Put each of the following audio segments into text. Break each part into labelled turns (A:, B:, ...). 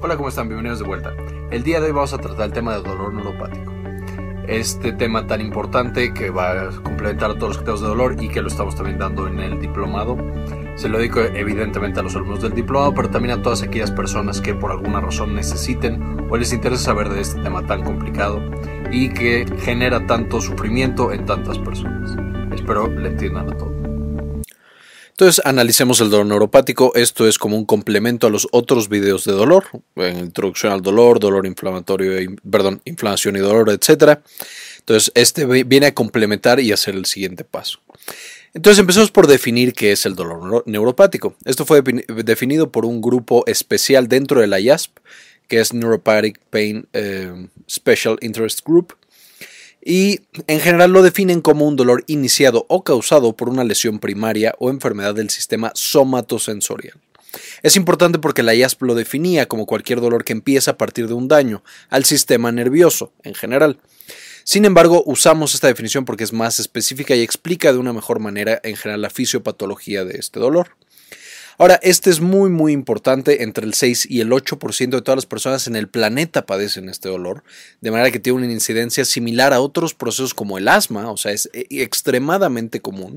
A: Hola, ¿cómo están? Bienvenidos de vuelta. El día de hoy vamos a tratar el tema del dolor neuropático. Este tema tan importante que va a complementar a todos los criterios de dolor y que lo estamos también dando en el diplomado. Se lo dedico evidentemente a los alumnos del diplomado, pero también a todas aquellas personas que por alguna razón necesiten o les interesa saber de este tema tan complicado y que genera tanto sufrimiento en tantas personas. Espero le entiendan a todos. Entonces analicemos el dolor neuropático. Esto es como un complemento a los otros videos de dolor, en introducción al dolor, dolor inflamatorio, inflamación y dolor, etc. Entonces este viene a complementar y hacer el siguiente paso. Entonces empezamos por definir qué es el dolor neuropático. Esto fue definido por un grupo especial dentro de la IASP, que es Neuropathic Pain Special Interest Group. Y en general lo definen como un dolor iniciado o causado por una lesión primaria o enfermedad del sistema somatosensorial. Es importante porque la IASP lo definía como cualquier dolor que empieza a partir de un daño al sistema nervioso en general. Sin embargo, usamos esta definición porque es más específica y explica de una mejor manera en general la fisiopatología de este dolor. Ahora, este es muy importante. Entre el 6 y el 8% de todas las personas en el planeta padecen este dolor, de manera que tiene una incidencia similar a otros procesos como el asma, o sea, es extremadamente común.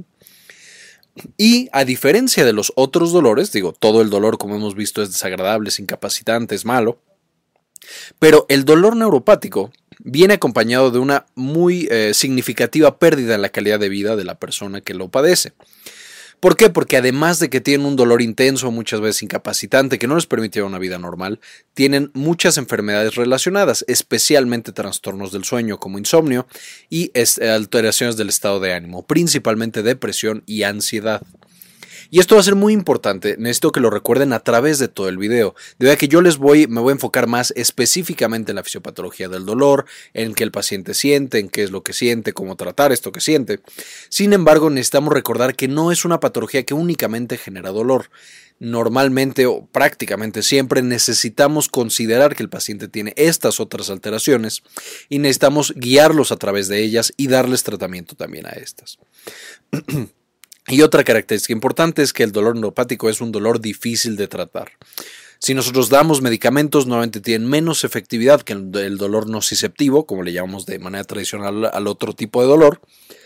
A: Y a diferencia de los otros dolores, todo el dolor, como hemos visto, es desagradable, es incapacitante, es malo, pero el dolor neuropático viene acompañado de una muy significativa pérdida en la calidad de vida de la persona que lo padece. ¿Por qué? Porque además de que tienen un dolor intenso, muchas veces incapacitante, que no les permite una vida normal, tienen muchas enfermedades relacionadas, especialmente trastornos del sueño como insomnio y alteraciones del estado de ánimo, principalmente depresión y ansiedad. Y esto va a ser muy importante, necesito que lo recuerden a través de todo el video, de verdad que yo me voy a enfocar más específicamente en la fisiopatología del dolor, en qué el paciente siente, en qué es lo que siente, cómo tratar esto que siente. Sin embargo, necesitamos recordar que no es una patología que únicamente genera dolor. Normalmente o prácticamente siempre necesitamos considerar que el paciente tiene estas otras alteraciones y necesitamos guiarlos a través de ellas y darles tratamiento también a estas. Y otra característica importante es que el dolor neuropático es un dolor difícil de tratar. Si nosotros damos medicamentos, normalmente tienen menos efectividad que el dolor nociceptivo, como le llamamos de manera tradicional al otro tipo de dolor.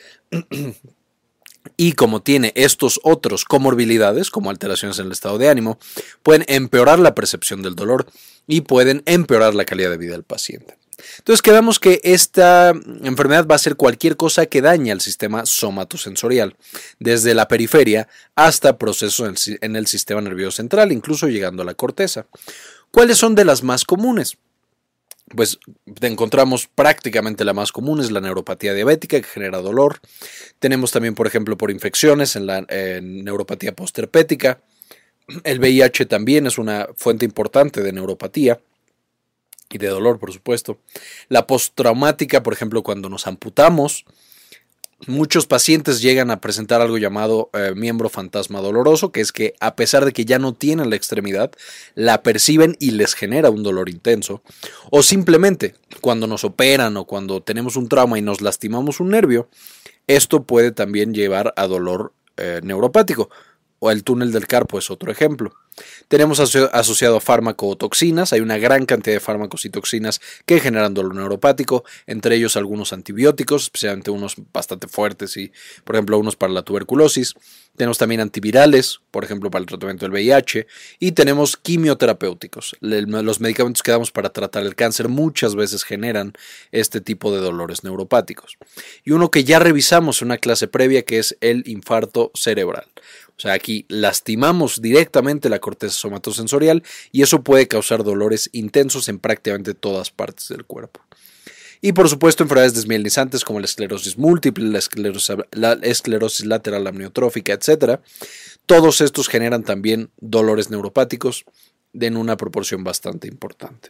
A: Y como tiene estos otros comorbilidades, como alteraciones en el estado de ánimo, pueden empeorar la percepción del dolor y pueden empeorar la calidad de vida del paciente. Entonces quedamos que esta enfermedad va a ser cualquier cosa que dañe al sistema somatosensorial, desde la periferia hasta procesos en el sistema nervioso central, incluso llegando a la corteza. ¿Cuáles son de las más comunes? Pues encontramos prácticamente la más común es la neuropatía diabética, que genera dolor. Tenemos también, por ejemplo, por infecciones en la neuropatía postherpética. El VIH también es una fuente importante de neuropatía y de dolor, por supuesto. La postraumática, por ejemplo, cuando nos amputamos, muchos pacientes llegan a presentar algo llamado miembro fantasma doloroso, que es que a pesar de que ya no tienen la extremidad, la perciben y les genera un dolor intenso. O simplemente cuando nos operan o cuando tenemos un trauma y nos lastimamos un nervio, esto puede también llevar a dolor neuropático. O el túnel del carpo es otro ejemplo. Tenemos asociado a farmacotoxinas, hay una gran cantidad de fármacos y toxinas que generan dolor neuropático, entre ellos algunos antibióticos, especialmente unos bastante fuertes y, por ejemplo, unos para la tuberculosis. Tenemos también antivirales, por ejemplo, para el tratamiento del VIH, y tenemos quimioterapéuticos. Los medicamentos que damos para tratar el cáncer muchas veces generan este tipo de dolores neuropáticos. Y uno que ya revisamos en una clase previa, que es el infarto cerebral. O sea, aquí lastimamos directamente la corteza somatosensorial y eso puede causar dolores intensos en prácticamente todas partes del cuerpo. Y por supuesto enfermedades desmielinizantes como la esclerosis múltiple, la esclerosis lateral amniotrófica, etc. Todos estos generan también dolores neuropáticos en una proporción bastante importante.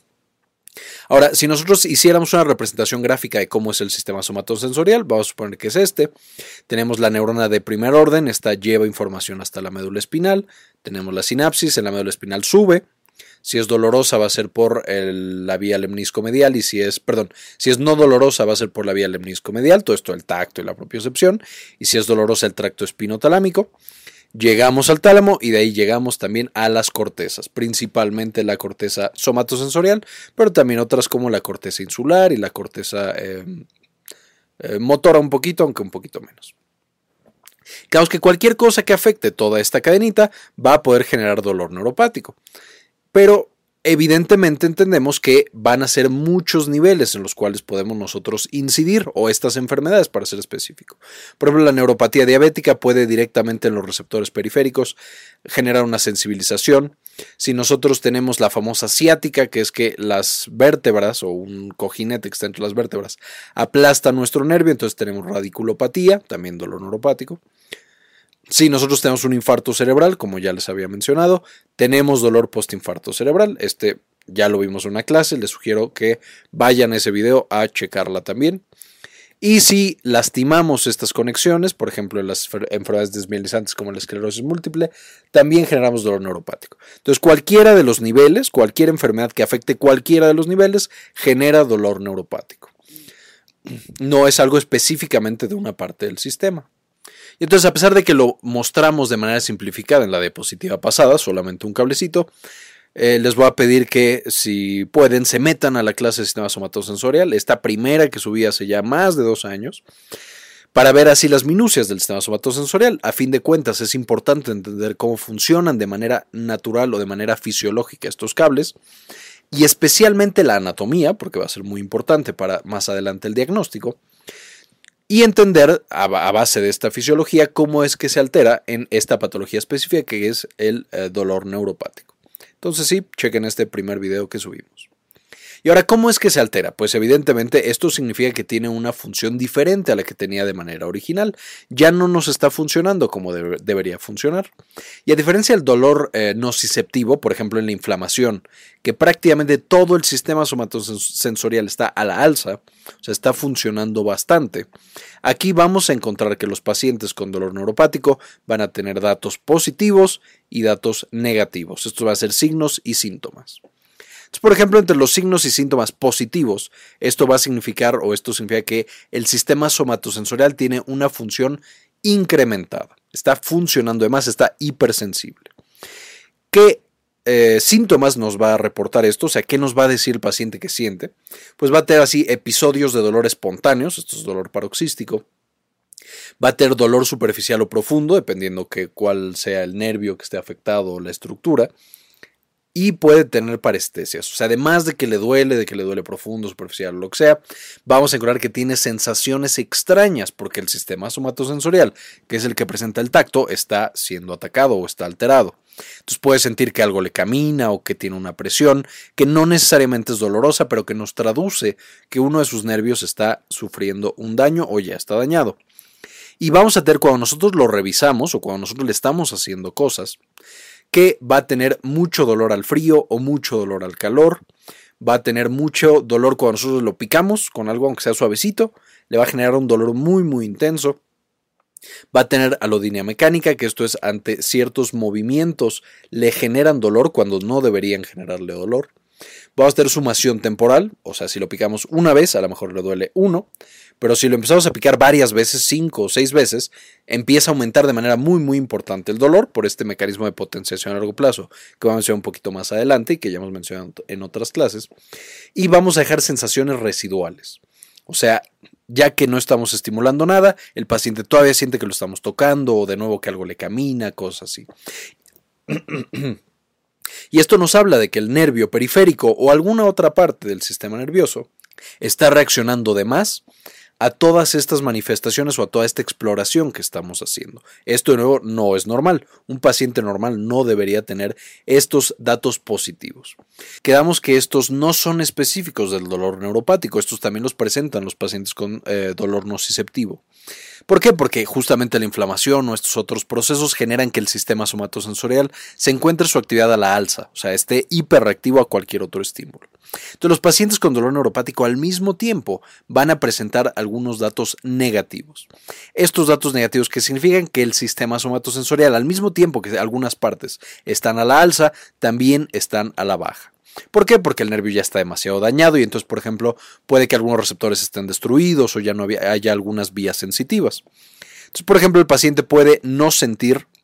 A: Ahora, si nosotros hiciéramos una representación gráfica de cómo es el sistema somatosensorial, vamos a suponer que es este. Tenemos la neurona de primer orden, esta lleva información hasta la médula espinal. Tenemos la sinapsis, en la médula espinal sube. Si es dolorosa va a ser por la vía lemnisco-medial y si es no dolorosa va a ser por la vía lemnisco-medial, todo esto el tacto y la propiocepción. Y si es dolorosa el tracto espinotalámico. llegamos al tálamo y de ahí llegamos también a las cortezas, principalmente la corteza somatosensorial, pero también otras como la corteza insular y la corteza motora un poquito, aunque un poquito menos. Claro que cualquier cosa que afecte toda esta cadenita va a poder generar dolor neuropático, pero evidentemente entendemos que van a ser muchos niveles en los cuales podemos nosotros incidir, o estas enfermedades para ser específico. Por ejemplo, la neuropatía diabética puede directamente en los receptores periféricos generar una sensibilización. Si nosotros tenemos la famosa ciática, que es que las vértebras o un cojinete que está entre las vértebras aplasta nuestro nervio, entonces tenemos radiculopatía, también dolor neuropático. Si nosotros tenemos un infarto cerebral, como ya les había mencionado, tenemos dolor postinfarto cerebral. Ya lo vimos en una clase, les sugiero que vayan a ese video a checarla también. Y si lastimamos estas conexiones, por ejemplo en las enfermedades desmielinantes como la esclerosis múltiple, también generamos dolor neuropático. Entonces cualquiera de los niveles, cualquier enfermedad que afecte cualquiera de los niveles, genera dolor neuropático. No es algo específicamente de una parte del sistema. Y entonces, a pesar de que lo mostramos de manera simplificada en la diapositiva pasada, solamente un cablecito, les voy a pedir que si pueden se metan a la clase de sistema somatosensorial, esta primera que subí hace ya más de 2 años, para ver así las minucias del sistema somatosensorial. A fin de cuentas es importante entender cómo funcionan de manera natural o de manera fisiológica estos cables, y especialmente la anatomía, porque va a ser muy importante para más adelante el diagnóstico, y entender a base de esta fisiología cómo es que se altera en esta patología específica que es el dolor neuropático. Entonces sí, chequen este primer video que subimos. Y ahora, ¿cómo es que se altera? Pues evidentemente esto significa que tiene una función diferente a la que tenía de manera original. Ya no nos está funcionando como debería funcionar. Y a diferencia del dolor nociceptivo, por ejemplo en la inflamación, que prácticamente todo el sistema somatosensorial está a la alza, o sea, está funcionando bastante. Aquí vamos a encontrar que los pacientes con dolor neuropático van a tener datos positivos y datos negativos. Esto va a ser signos y síntomas. Entonces, por ejemplo, entre los signos y síntomas positivos, esto significa que el sistema somatosensorial tiene una función incrementada. Está funcionando de más, está hipersensible. ¿Qué síntomas nos va a reportar esto? O sea, ¿qué nos va a decir el paciente que siente? Pues va a tener así episodios de dolor espontáneos, esto es dolor paroxístico. Va a tener dolor superficial o profundo, dependiendo cuál sea el nervio que esté afectado o la estructura. Y puede tener parestesias, o sea, además de que le duele profundo, superficial o lo que sea, vamos a encontrar que tiene sensaciones extrañas porque el sistema somatosensorial, que es el que presenta el tacto, está siendo atacado o está alterado. Entonces puede sentir que algo le camina o que tiene una presión que no necesariamente es dolorosa, pero que nos traduce que uno de sus nervios está sufriendo un daño o ya está dañado. Y vamos a tener, cuando nosotros lo revisamos o cuando nosotros le estamos haciendo cosas, que va a tener mucho dolor al frío o mucho dolor al calor, va a tener mucho dolor cuando nosotros lo picamos con algo aunque sea suavecito, le va a generar un dolor muy muy intenso, va a tener alodinia mecánica, que esto es ante ciertos movimientos le generan dolor cuando no deberían generarle dolor. Vamos a tener sumación temporal, o sea, si lo picamos una vez, a lo mejor le duele 1, pero si lo empezamos a picar varias veces, 5 o 6 veces, empieza a aumentar de manera muy muy importante el dolor por este mecanismo de potenciación a largo plazo, que vamos a mencionar un poquito más adelante y que ya hemos mencionado en otras clases, y vamos a dejar sensaciones residuales. O sea, ya que no estamos estimulando nada, el paciente todavía siente que lo estamos tocando o de nuevo que algo le camina, cosas así. Y esto nos habla de que el nervio periférico o alguna otra parte del sistema nervioso está reaccionando de más a todas estas manifestaciones o a toda esta exploración que estamos haciendo. Esto de nuevo no es normal. Un paciente normal no debería tener estos datos positivos. Quedamos que estos no son específicos del dolor neuropático. Estos también los presentan los pacientes con dolor nociceptivo. ¿Por qué? Porque justamente la inflamación o estos otros procesos generan que el sistema somatosensorial se encuentre su actividad a la alza, o sea, esté hiperreactivo a cualquier otro estímulo. Entonces, los pacientes con dolor neuropático al mismo tiempo van a presentar algunos datos negativos. Estos datos negativos que significan que el sistema somatosensorial, al mismo tiempo que algunas partes están a la alza, también están a la baja. ¿Por qué? Porque el nervio ya está demasiado dañado y entonces, por ejemplo, puede que algunos receptores estén destruidos o ya no haya algunas vías sensitivas. Entonces, por ejemplo, el paciente puede no sentir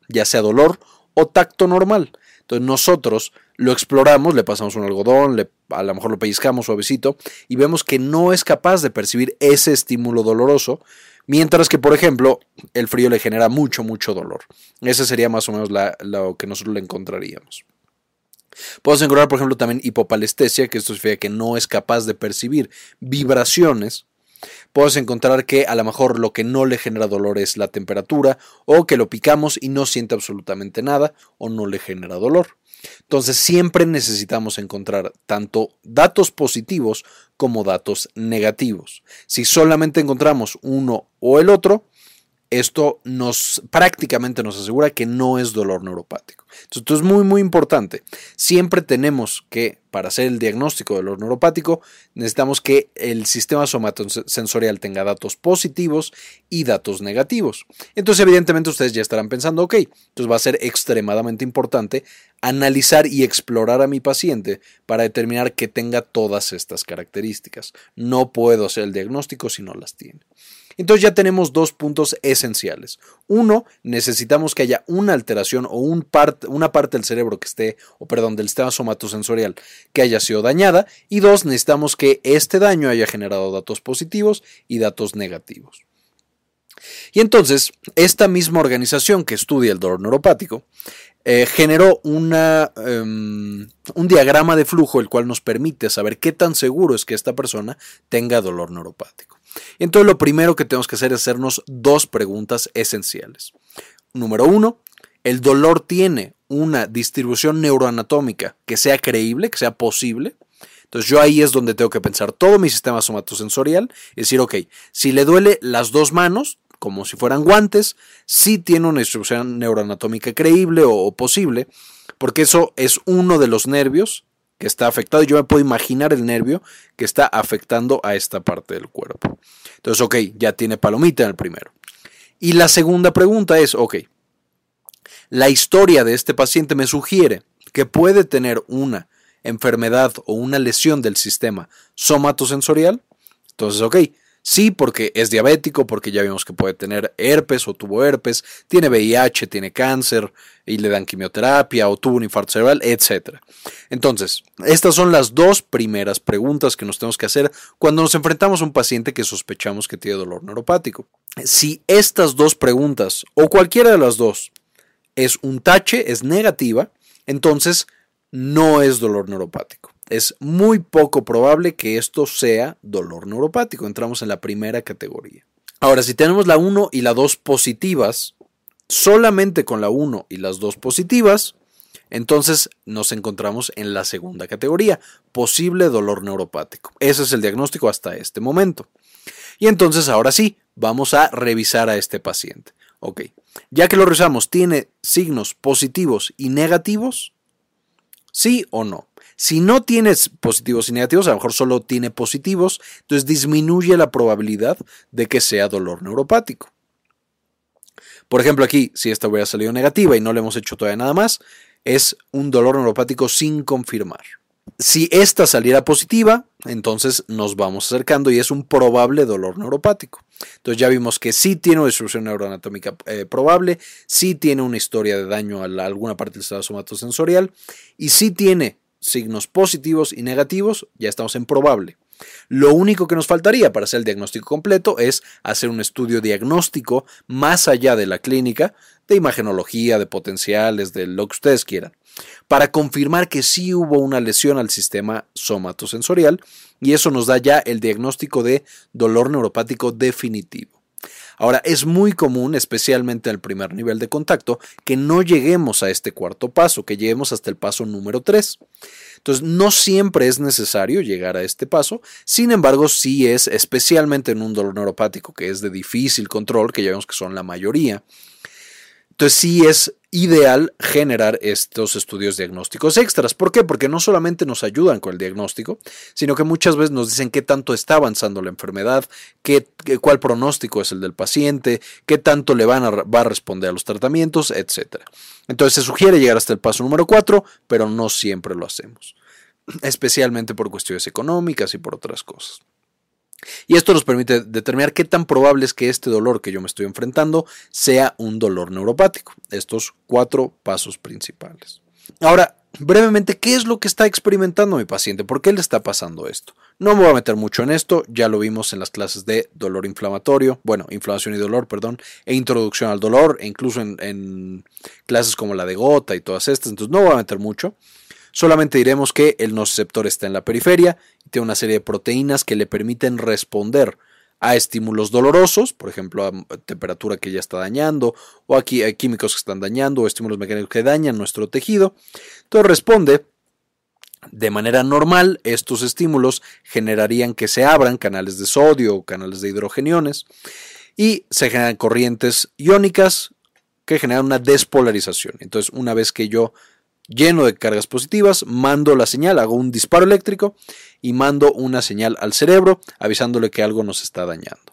A: ya sea dolor o tacto normal. Entonces nosotros lo exploramos, le pasamos un algodón, a lo mejor lo pellizcamos suavecito y vemos que no es capaz de percibir ese estímulo doloroso, mientras que, por ejemplo, el frío le genera mucho dolor. Ese sería más o menos lo que nosotros le encontraríamos. Podemos encontrar, por ejemplo, también hipopalestesia, que esto significa que no es capaz de percibir vibraciones. Puedes encontrar que a lo mejor lo que no le genera dolor es la temperatura, o que lo picamos y no siente absolutamente nada, o no le genera dolor. Entonces siempre necesitamos encontrar tanto datos positivos como datos negativos. Si solamente encontramos uno o el otro, esto prácticamente nos asegura que no es dolor neuropático. Entonces, esto es muy importante. Siempre tenemos que, para hacer el diagnóstico de dolor neuropático, necesitamos que el sistema somatosensorial tenga datos positivos y datos negativos. Entonces, evidentemente, ustedes ya estarán pensando, ok, entonces va a ser extremadamente importante analizar y explorar a mi paciente para determinar que tenga todas estas características. No puedo hacer el diagnóstico si no las tiene. Entonces ya tenemos dos puntos esenciales. Uno, necesitamos que haya una alteración o una parte del cerebro del sistema somatosensorial que haya sido dañada. Y dos, necesitamos que este daño haya generado datos positivos y datos negativos. Y entonces, esta misma organización que estudia el dolor neuropático generó un diagrama de flujo, el cual nos permite saber qué tan seguro es que esta persona tenga dolor neuropático. Entonces lo primero que tenemos que hacer es hacernos dos preguntas esenciales. Número 1, ¿el dolor tiene una distribución neuroanatómica que sea creíble, que sea posible? Entonces yo ahí es donde tengo que pensar todo mi sistema somatosensorial y decir, ok, si le duele las dos manos, como si fueran guantes, sí tiene una distribución neuroanatómica creíble o posible, porque eso es uno de los nervios que está afectado y yo me puedo imaginar el nervio que está afectando a esta parte del cuerpo. Entonces, ok, ya tiene palomita en el primero. Y la segunda pregunta es, ok, la historia de este paciente me sugiere que puede tener una enfermedad o una lesión del sistema somatosensorial. Entonces, ok, sí, porque es diabético, porque ya vimos que puede tener herpes o tuvo herpes, tiene VIH, tiene cáncer y le dan quimioterapia o tuvo un infarto cerebral, etc. Entonces, estas son las dos primeras preguntas que nos tenemos que hacer cuando nos enfrentamos a un paciente que sospechamos que tiene dolor neuropático. Si estas dos preguntas o cualquiera de las dos es un tache, es negativa, entonces no es dolor neuropático. Es muy poco probable que esto sea dolor neuropático. Entramos en la primera categoría. Ahora, si tenemos la 1 y la 2 positivas, solamente con la 1 y las 2 positivas, entonces nos encontramos en la segunda categoría, posible dolor neuropático. Ese es el diagnóstico hasta este momento. Y entonces, ahora sí, vamos a revisar a este paciente. Ok, ya que lo revisamos, ¿tiene signos positivos y negativos? ¿Sí o no? Si no tienes positivos y negativos, a lo mejor solo tiene positivos, entonces disminuye la probabilidad de que sea dolor neuropático. Por ejemplo, aquí, si esta hubiera salido negativa y no le hemos hecho todavía nada más, es un dolor neuropático sin confirmar. Si esta saliera positiva, entonces nos vamos acercando y es un probable dolor neuropático. Entonces ya vimos que sí tiene una distribución neuroanatómica probable, sí tiene una historia de daño a alguna parte del sistema somatosensorial y sí tiene signos positivos y negativos, ya estamos en probable. Lo único que nos faltaría para hacer el diagnóstico completo es hacer un estudio diagnóstico más allá de la clínica, de imagenología, de potenciales, de lo que ustedes quieran, para confirmar que sí hubo una lesión al sistema somatosensorial y eso nos da ya el diagnóstico de dolor neuropático definitivo. Ahora, es muy común, especialmente en el primer nivel de contacto, que no lleguemos a este cuarto paso, que lleguemos hasta el paso número 3. Entonces, no siempre es necesario llegar a este paso, sin embargo, sí es, especialmente en un dolor neuropático que es de difícil control, que ya vemos que son la mayoría. Entonces, sí es ideal generar estos estudios diagnósticos extras. ¿Por qué? Porque no solamente nos ayudan con el diagnóstico, sino que muchas veces nos dicen qué tanto está avanzando la enfermedad, cuál pronóstico es el del paciente, qué tanto le va a responder a los tratamientos, etc. Entonces se sugiere llegar hasta el paso número 4, pero no siempre lo hacemos, especialmente por cuestiones económicas y por otras cosas. Y esto nos permite determinar qué tan probable es que este dolor que yo me estoy enfrentando sea un dolor neuropático. Estos 4 pasos principales. Ahora, brevemente, ¿qué es lo que está experimentando mi paciente? ¿Por qué le está pasando esto? No me voy a meter mucho en esto, ya lo vimos en las clases de dolor inflamatorio, inflamación y dolor, e introducción al dolor, e incluso en clases como la de gota y todas estas, entonces no voy a meter mucho. Solamente diremos que el nociceptor está en la periferia y tiene una serie de proteínas que le permiten responder a estímulos dolorosos, por ejemplo, a temperatura que ya está dañando, o aquí hay químicos que están dañando, o estímulos mecánicos que dañan nuestro tejido. Entonces responde de manera normal. Estos estímulos generarían que se abran canales de sodio o canales de hidrogeniones y se generan corrientes iónicas que generan una despolarización. Entonces, una vez que yo lleno de cargas positivas, mando la señal, hago un disparo eléctrico y mando una señal al cerebro avisándole que algo nos está dañando.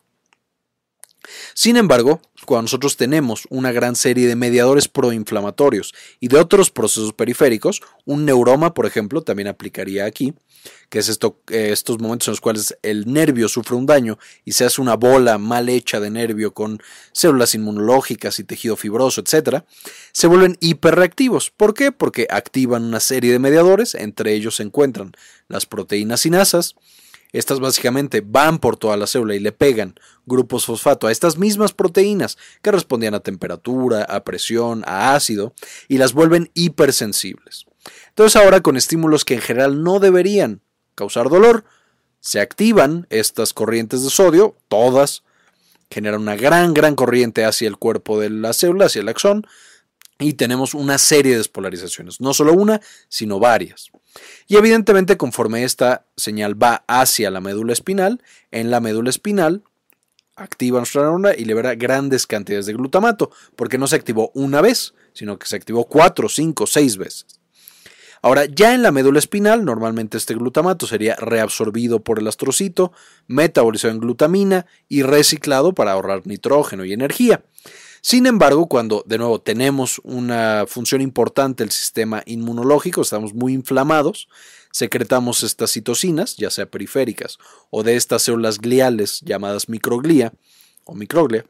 A: Sin embargo, cuando nosotros tenemos una gran serie de mediadores proinflamatorios y de otros procesos periféricos, un neuroma, por ejemplo, también aplicaría aquí, que es estos momentos en los cuales el nervio sufre un daño y se hace una bola mal hecha de nervio con células inmunológicas y tejido fibroso, etc., se vuelven hiperreactivos. ¿Por qué? Porque activan una serie de mediadores, entre ellos se encuentran las proteínas sinasas. Estas básicamente van por toda la célula y le pegan grupos fosfato a estas mismas proteínas que respondían a temperatura, a presión, a ácido, y las vuelven hipersensibles. Entonces ahora, con estímulos que en general no deberían causar dolor, se activan estas corrientes de sodio, todas generan una gran corriente hacia el cuerpo de la célula, hacia el axón, y tenemos una serie de despolarizaciones, no solo una, sino varias. Y evidentemente, conforme esta señal va hacia la médula espinal, en la médula espinal activa nuestra neurona y libera grandes cantidades de glutamato, porque no se activó una vez, sino que se activó 4, 5, 6 veces. Ahora, ya en la médula espinal, normalmente este glutamato sería reabsorbido por el astrocito, metabolizado en glutamina y reciclado para ahorrar nitrógeno y energía. Sin embargo, cuando de nuevo tenemos una función importante del sistema inmunológico, estamos muy inflamados, secretamos estas citocinas, ya sea periféricas o de estas células gliales llamadas microglia o microglia,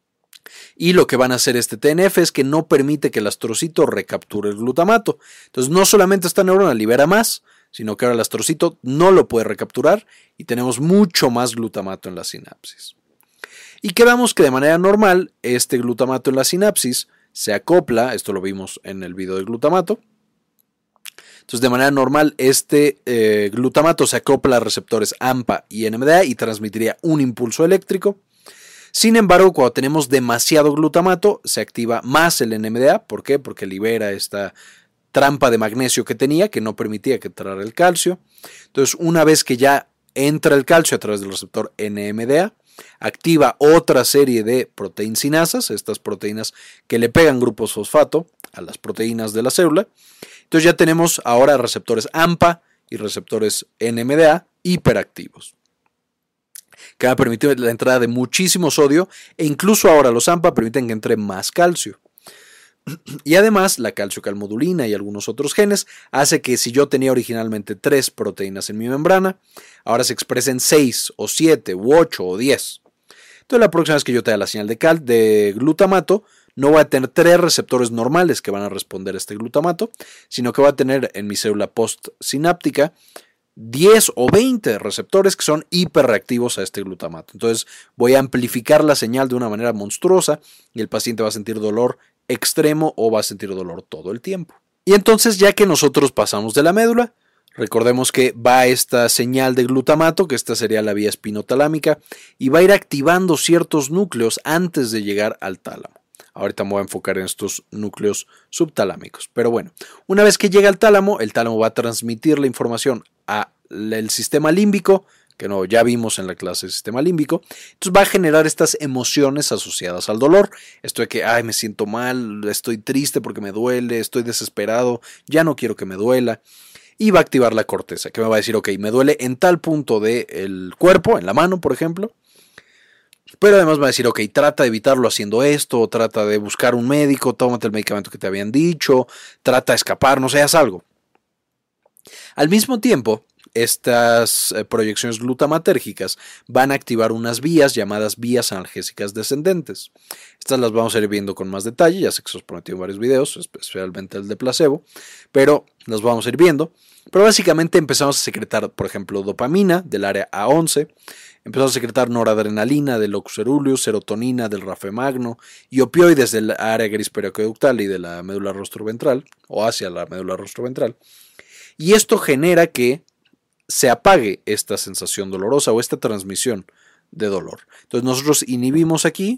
A: y lo que van a hacer este TNF es que no permite que el astrocito recapture el glutamato. Entonces, no solamente esta neurona libera más, sino que ahora el astrocito no lo puede recapturar y tenemos mucho más glutamato en la sinapsis. Y quedamos que de manera normal este glutamato en la sinapsis se acopla, esto lo vimos en el video del glutamato. Entonces, de manera normal este glutamato se acopla a receptores AMPA y NMDA y transmitiría un impulso eléctrico. Sin embargo, cuando tenemos demasiado glutamato se activa más el NMDA. ¿Por qué? Porque libera esta trampa de magnesio que tenía, que no permitía que entrara el calcio. Entonces, una vez que ya entra el calcio a través del receptor NMDA, activa otra serie de proteinsinasas, estas proteínas que le pegan grupos fosfato a las proteínas de la célula. Entonces ya tenemos ahora receptores AMPA y receptores NMDA hiperactivos, que van a permitir la entrada de muchísimo sodio, e incluso ahora los AMPA permiten que entre más calcio. Y además la calciocalmodulina y algunos otros genes hace que si yo tenía originalmente 3 proteínas en mi membrana, ahora se expresen 6 o 7 u 8 o 10. Entonces la próxima vez que yo te dé la señal de glutamato, no voy a tener 3 receptores normales que van a responder a este glutamato, sino que voy a tener en mi célula postsináptica 10 o 20 receptores que son hiperreactivos a este glutamato. Entonces voy a amplificar la señal de una manera monstruosa y el paciente va a sentir dolor extremo o va a sentir dolor todo el tiempo. Y entonces, ya que nosotros pasamos de la médula, recordemos que va esta señal de glutamato, que esta sería la vía espinotalámica, y va a ir activando ciertos núcleos antes de llegar al tálamo. Ahorita me voy a enfocar en estos núcleos subtalámicos. Pero bueno, una vez que llega al tálamo, el tálamo va a transmitir la información al sistema límbico, que no, ya vimos en la clase del sistema límbico. Entonces va a generar estas emociones asociadas al dolor. Esto de que, me siento mal, estoy triste porque me duele, estoy desesperado, ya no quiero que me duela. Y va a activar la corteza, que me va a decir, ok, me duele en tal punto del cuerpo, en la mano, por ejemplo. Pero además va a decir, ok, trata de evitarlo haciendo esto, trata de buscar un médico, tómate el medicamento que te habían dicho, trata de escapar, no sé, haz algo. Al mismo tiempo, estas proyecciones glutamatérgicas van a activar unas vías llamadas vías analgésicas descendentes. Estas las vamos a ir viendo con más detalle, ya sé que se os prometió en varios videos, especialmente el de placebo, pero las vamos a ir viendo. Pero básicamente empezamos a secretar, por ejemplo, dopamina del área A11, empezamos a secretar noradrenalina del locus coeruleus, serotonina del rafemagno y opioides del área gris periaqueductal y de la médula rostroventral, o hacia la médula rostroventral. Y esto genera que se apague esta sensación dolorosa o esta transmisión de dolor. Entonces nosotros inhibimos aquí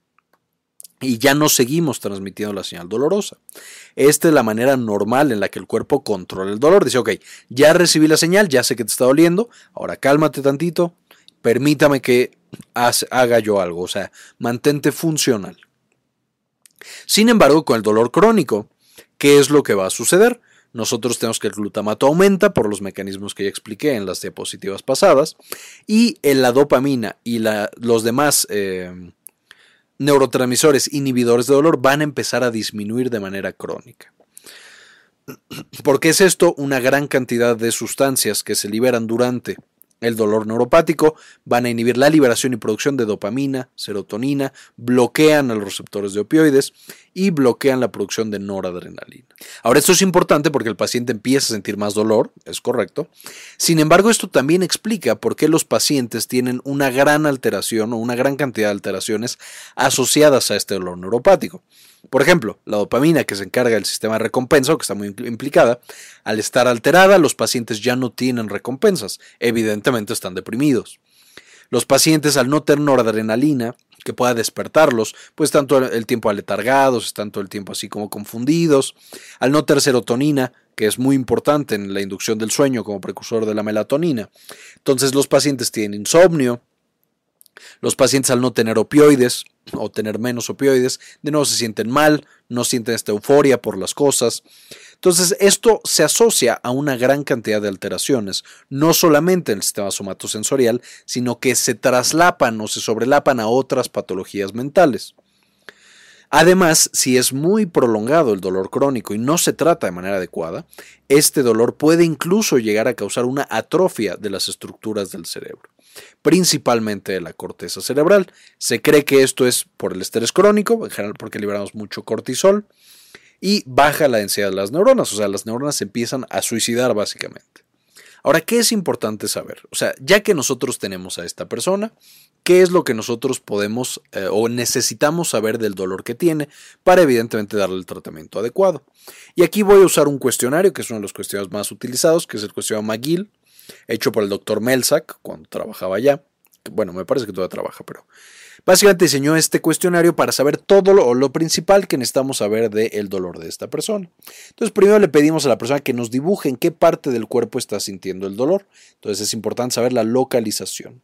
A: y ya no seguimos transmitiendo la señal dolorosa. Esta es la manera normal en la que el cuerpo controla el dolor. Dice, ok, ya recibí la señal, ya sé que te está doliendo, ahora cálmate tantito, permítame que haga yo algo, o sea, mantente funcional. Sin embargo, con el dolor crónico, ¿qué es lo que va a suceder? Nosotros tenemos que el glutamato aumenta por los mecanismos que ya expliqué en las diapositivas pasadas y la dopamina y los demás neurotransmisores inhibidores de dolor van a empezar a disminuir de manera crónica. ¿Por qué es esto? Una gran cantidad de sustancias que se liberan durante el dolor neuropático van a inhibir la liberación y producción de dopamina, serotonina, bloquean a los receptores de opioides y bloquean la producción de noradrenalina. Ahora, esto es importante porque el paciente empieza a sentir más dolor, es correcto. Sin embargo, esto también explica por qué los pacientes tienen una gran alteración o una gran cantidad de alteraciones asociadas a este dolor neuropático. Por ejemplo, la dopamina, que se encarga del sistema de recompensa, o que está muy implicada, al estar alterada, los pacientes ya no tienen recompensas, evidentemente están deprimidos. Los pacientes, al no tener noradrenalina, que pueda despertarlos, pues están todo el tiempo aletargados, están todo el tiempo así como confundidos. Al no tener serotonina, que es muy importante en la inducción del sueño como precursor de la melatonina, entonces los pacientes tienen insomnio. Los pacientes, al no tener opioides o tener menos opioides, de nuevo se sienten mal, no sienten esta euforia por las cosas. Entonces, esto se asocia a una gran cantidad de alteraciones, no solamente en el sistema somatosensorial, sino que se traslapan o se sobrelapan a otras patologías mentales. Además, si es muy prolongado el dolor crónico y no se trata de manera adecuada, este dolor puede incluso llegar a causar una atrofia de las estructuras del cerebro, principalmente de la corteza cerebral. Se cree que esto es por el estrés crónico, en general porque liberamos mucho cortisol, y baja la densidad de las neuronas, o sea, las neuronas se empiezan a suicidar básicamente. Ahora, ¿qué es importante saber? O sea, ya que nosotros tenemos a esta persona, ¿qué es lo que nosotros podemos o necesitamos saber del dolor que tiene para evidentemente darle el tratamiento adecuado? Y aquí voy a usar un cuestionario, que es uno de los cuestionarios más utilizados, que es el cuestionario McGill, hecho por el doctor Melzack cuando trabajaba allá. Bueno, me parece que todavía trabaja, pero básicamente diseñó este cuestionario para saber todo lo principal que necesitamos saber del dolor de esta persona. Entonces, primero le pedimos a la persona que nos dibuje en qué parte del cuerpo está sintiendo el dolor. Entonces, es importante saber la localización.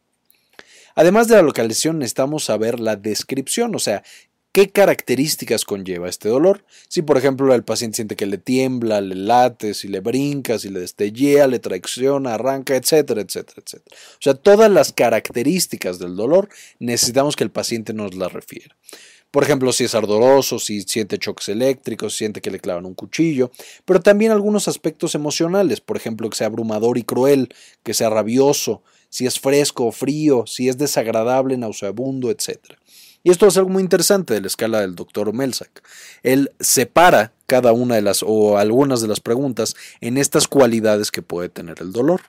A: Además de la localización, necesitamos saber la descripción, o sea, ¿qué características conlleva este dolor? Si, por ejemplo, el paciente siente que le tiembla, le late, si le brinca, si le destellea, le tracciona, arranca, etcétera, etcétera, etcétera. O sea, todas las características del dolor necesitamos que el paciente nos las refiera. Por ejemplo, si es ardoroso, si siente choques eléctricos, si siente que le clavan un cuchillo, pero también algunos aspectos emocionales, por ejemplo, que sea abrumador y cruel, que sea rabioso, si es fresco o frío, si es desagradable, nauseabundo, etcétera. Y esto es algo muy interesante de la escala del Dr. Melzack. Él separa cada una de las o algunas de las preguntas en estas cualidades que puede tener el dolor.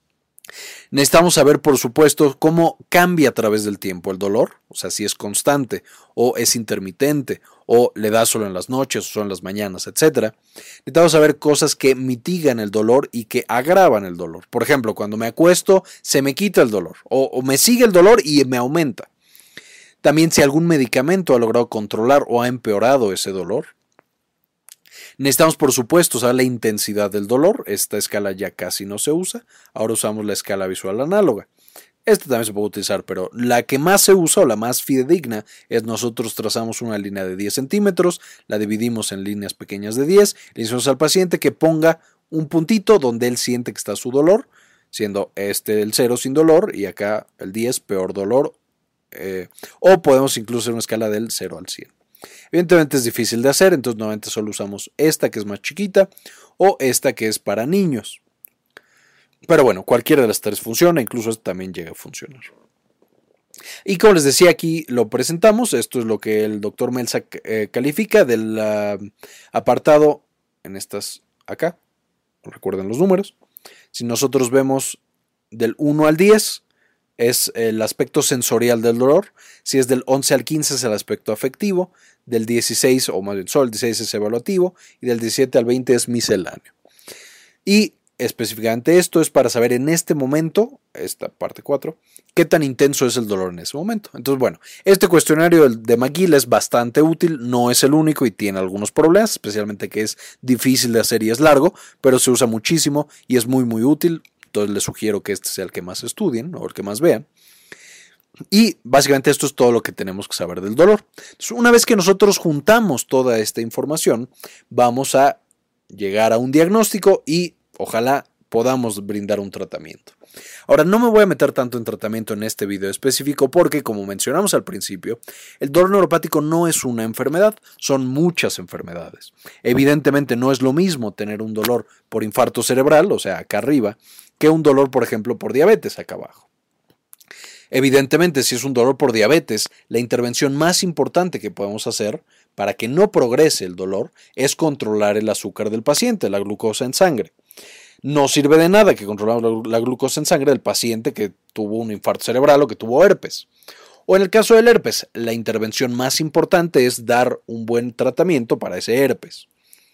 A: Necesitamos saber, por supuesto, cómo cambia a través del tiempo el dolor, o sea, si es constante o es intermitente o le da solo en las noches o solo en las mañanas, etc. Necesitamos saber cosas que mitigan el dolor y que agravan el dolor. Por ejemplo, cuando me acuesto se me quita el dolor o me sigue el dolor y me aumenta. También si algún medicamento ha logrado controlar o ha empeorado ese dolor. Necesitamos, por supuesto, saber la intensidad del dolor. Esta escala ya casi no se usa. Ahora usamos la escala visual análoga. Esta también se puede utilizar, pero la que más se usa o la más fidedigna es nosotros trazamos una línea de 10 centímetros, la dividimos en líneas pequeñas de 10, le decimos al paciente que ponga un puntito donde él siente que está su dolor, siendo este el 0 sin dolor y acá el 10 peor dolor, o podemos incluso hacer una escala del 0 al 100. Evidentemente es difícil de hacer, entonces normalmente solo usamos esta que es más chiquita o esta que es para niños. Pero bueno, cualquiera de las tres funciona, incluso esto también llega a funcionar. Y como les decía, aquí lo presentamos. Esto es lo que el doctor Melza califica del apartado en estas acá. Recuerden los números. Si nosotros vemos del 1 al 10, es el aspecto sensorial del dolor. Si es del 11 al 15 es el aspecto afectivo. Del 16, o más bien solo el 16 es evaluativo. Y del 17 al 20 es misceláneo. Y específicamente esto es para saber en este momento, esta parte 4, qué tan intenso es el dolor en ese momento. Entonces, bueno, este cuestionario de McGill es bastante útil, no es el único y tiene algunos problemas, especialmente que es difícil de hacer y es largo, pero se usa muchísimo y es muy muy útil. Entonces les sugiero que este sea el que más estudien o el que más vean. Y básicamente esto es todo lo que tenemos que saber del dolor. Entonces, una vez que nosotros juntamos toda esta información, vamos a llegar a un diagnóstico y ojalá podamos brindar un tratamiento. Ahora, no me voy a meter tanto en tratamiento en este video específico porque, como mencionamos al principio, el dolor neuropático no es una enfermedad, son muchas enfermedades. Evidentemente no es lo mismo tener un dolor por infarto cerebral, o sea, acá arriba, que un dolor, por ejemplo, por diabetes acá abajo. Evidentemente, si es un dolor por diabetes, la intervención más importante que podemos hacer para que no progrese el dolor es controlar el azúcar del paciente, la glucosa en sangre. No sirve de nada que controlemos la glucosa en sangre del paciente que tuvo un infarto cerebral o que tuvo herpes. O en el caso del herpes, la intervención más importante es dar un buen tratamiento para ese herpes.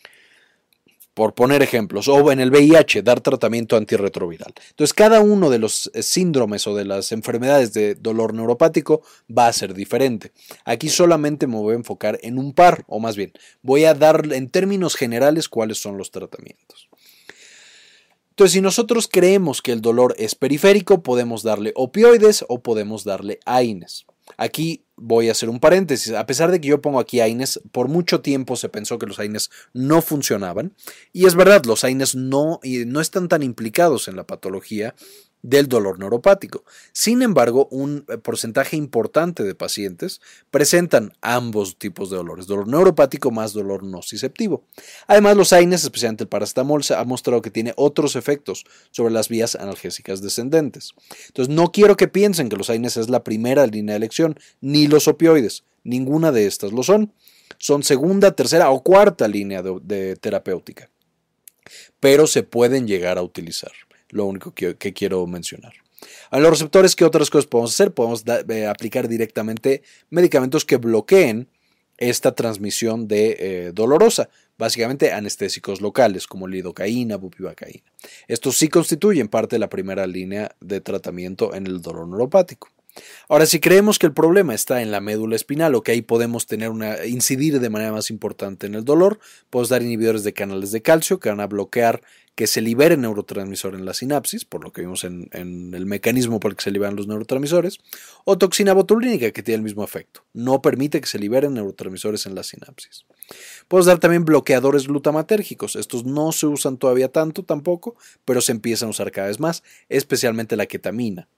A: Por poner ejemplos, o en el VIH, dar tratamiento antirretroviral. Entonces, cada uno de los síndromes o de las enfermedades de dolor neuropático va a ser diferente. Aquí solamente me voy a enfocar en un par, o más bien, voy a dar en términos generales cuáles son los tratamientos. Entonces, si nosotros creemos que el dolor es periférico, podemos darle opioides o podemos darle AINES. Aquí voy a hacer un paréntesis. A pesar de que yo pongo aquí AINES, por mucho tiempo se pensó que los AINES no funcionaban. Y es verdad, los AINES no están tan implicados en la patología del dolor neuropático. Sin embargo, un porcentaje importante de pacientes presentan ambos tipos de dolores, dolor neuropático más dolor nociceptivo. Además, los AINES, especialmente el paracetamol, se ha mostrado que tiene otros efectos sobre las vías analgésicas descendentes. Entonces, no quiero que piensen que los AINES es la primera línea de elección, ni los opioides. Ninguna de estas lo son. Son segunda, tercera o cuarta línea de terapéutica, pero se pueden llegar a utilizar. Lo único que quiero mencionar. A los receptores, ¿qué otras cosas podemos hacer? Podemos aplicar directamente medicamentos que bloqueen esta transmisión de dolorosa, básicamente anestésicos locales como lidocaína, bupivacaína. Estos sí constituyen parte de la primera línea de tratamiento en el dolor neuropático. Ahora, si creemos que el problema está en la médula espinal o que ahí podemos incidir de manera más importante en el dolor, podemos dar inhibidores de canales de calcio que van a bloquear que se libere neurotransmisor en la sinapsis, por lo que vimos en el mecanismo por el que se liberan los neurotransmisores, o toxina botulínica que tiene el mismo efecto, no permite que se liberen neurotransmisores en la sinapsis. Podemos dar también bloqueadores glutamatérgicos, estos no se usan todavía tanto tampoco, pero se empiezan a usar cada vez más, especialmente la ketamina.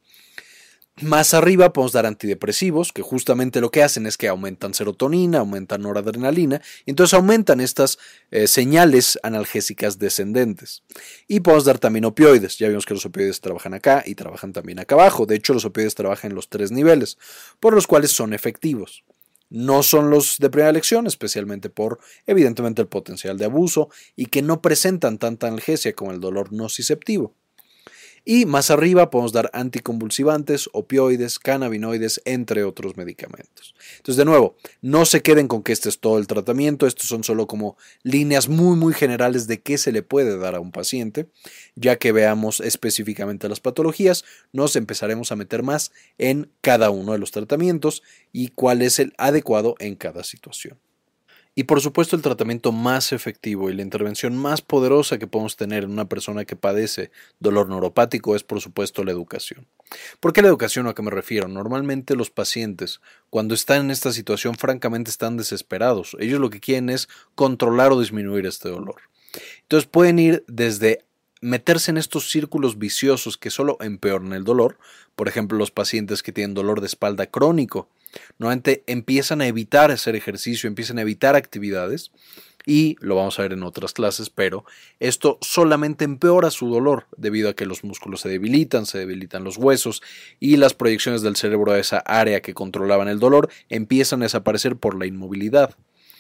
A: Más arriba podemos dar antidepresivos, que justamente lo que hacen es que aumentan serotonina, aumentan noradrenalina, y entonces aumentan estas señales analgésicas descendentes. Y podemos dar también opioides. Ya vimos que los opioides trabajan acá y trabajan también acá abajo. De hecho, los opioides trabajan en los 3 niveles, por los cuales son efectivos. No son los de primera elección, especialmente por, evidentemente, el potencial de abuso y que no presentan tanta analgesia como el dolor nociceptivo. Y más arriba podemos dar anticonvulsivantes, opioides, cannabinoides, entre otros medicamentos. Entonces, de nuevo, no se queden con que este es todo el tratamiento. Estos son solo como líneas muy generales de qué se le puede dar a un paciente. Ya que veamos específicamente las patologías, nos empezaremos a meter más en cada uno de los tratamientos y cuál es el adecuado en cada situación. Y por supuesto el tratamiento más efectivo y la intervención más poderosa que podemos tener en una persona que padece dolor neuropático es por supuesto la educación. ¿Por qué la educación? ¿A qué me refiero? Normalmente los pacientes cuando están en esta situación francamente están desesperados. Ellos lo que quieren es controlar o disminuir este dolor. Entonces pueden ir desde meterse en estos círculos viciosos que solo empeoran el dolor. Por ejemplo, los pacientes que tienen dolor de espalda crónico normalmente empiezan a evitar hacer ejercicio, empiezan a evitar actividades y lo vamos a ver en otras clases, pero esto solamente empeora su dolor debido a que los músculos se debilitan los huesos y las proyecciones del cerebro a esa área que controlaban el dolor empiezan a desaparecer por la inmovilidad.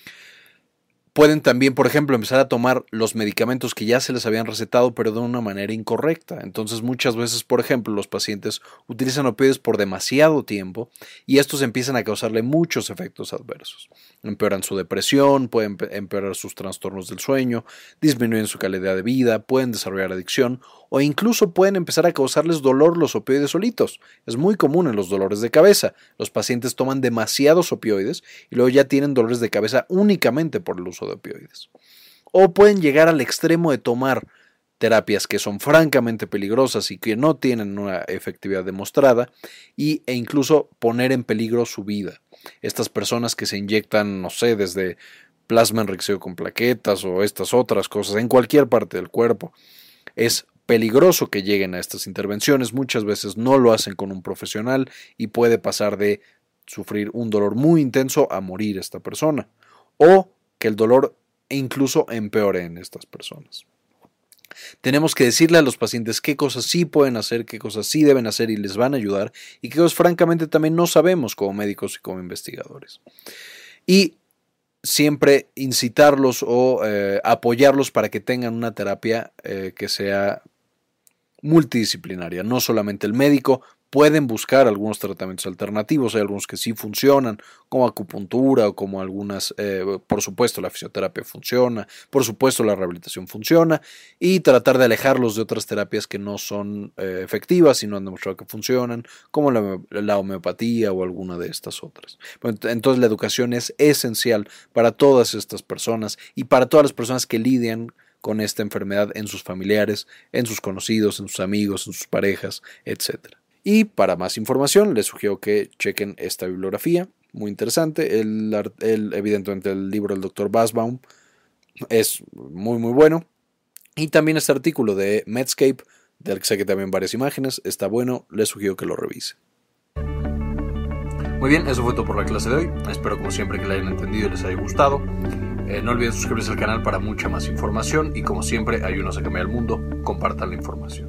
A: Pueden también, por ejemplo, empezar a tomar los medicamentos que ya se les habían recetado, pero de una manera incorrecta. Entonces, muchas veces, por ejemplo, los pacientes utilizan opioides por demasiado tiempo y estos empiezan a causarle muchos efectos adversos. Empeoran su depresión, pueden empeorar sus trastornos del sueño, disminuyen su calidad de vida, pueden desarrollar adicción o incluso pueden empezar a causarles dolor los opioides solitos. Es muy común en los dolores de cabeza. Los pacientes toman demasiados opioides y luego ya tienen dolores de cabeza únicamente por el uso de opioides. O pueden llegar al extremo de tomar terapias que son francamente peligrosas y que no tienen una efectividad demostrada e incluso poner en peligro su vida. Estas personas que se inyectan, no sé, desde plasma enriquecido con plaquetas o estas otras cosas en cualquier parte del cuerpo, es peligroso que lleguen a estas intervenciones. Muchas veces no lo hacen con un profesional y puede pasar de sufrir un dolor muy intenso a morir esta persona, o que el dolor incluso empeore en estas personas. Tenemos que decirle a los pacientes qué cosas sí pueden hacer, qué cosas sí deben hacer y les van a ayudar, y qué cosas francamente también no sabemos como médicos y como investigadores. Y siempre incitarlos o apoyarlos para que tengan una terapia que sea multidisciplinaria, no solamente el médico. Pueden buscar algunos tratamientos alternativos, hay algunos que sí funcionan, como acupuntura o como algunas, por supuesto la fisioterapia funciona, por supuesto la rehabilitación funciona, y tratar de alejarlos de otras terapias que no son efectivas y no han demostrado que funcionan, como la homeopatía o alguna de estas otras. Entonces la educación es esencial para todas estas personas y para todas las personas que lidian con esta enfermedad en sus familiares, en sus conocidos, en sus amigos, en sus parejas, etc. Y para más información les sugiero que chequen esta bibliografía, muy interesante. Evidentemente el libro del Dr. Basbaum es muy bueno. Y también este artículo de Medscape, del que saqué también varias imágenes, está bueno, les sugiero que lo revisen. Muy bien, eso fue todo por la clase de hoy. Espero como siempre que la hayan entendido y les haya gustado. No olviden suscribirse al canal para mucha más información y como siempre, ayúdenos a cambiar el mundo, compartan la información.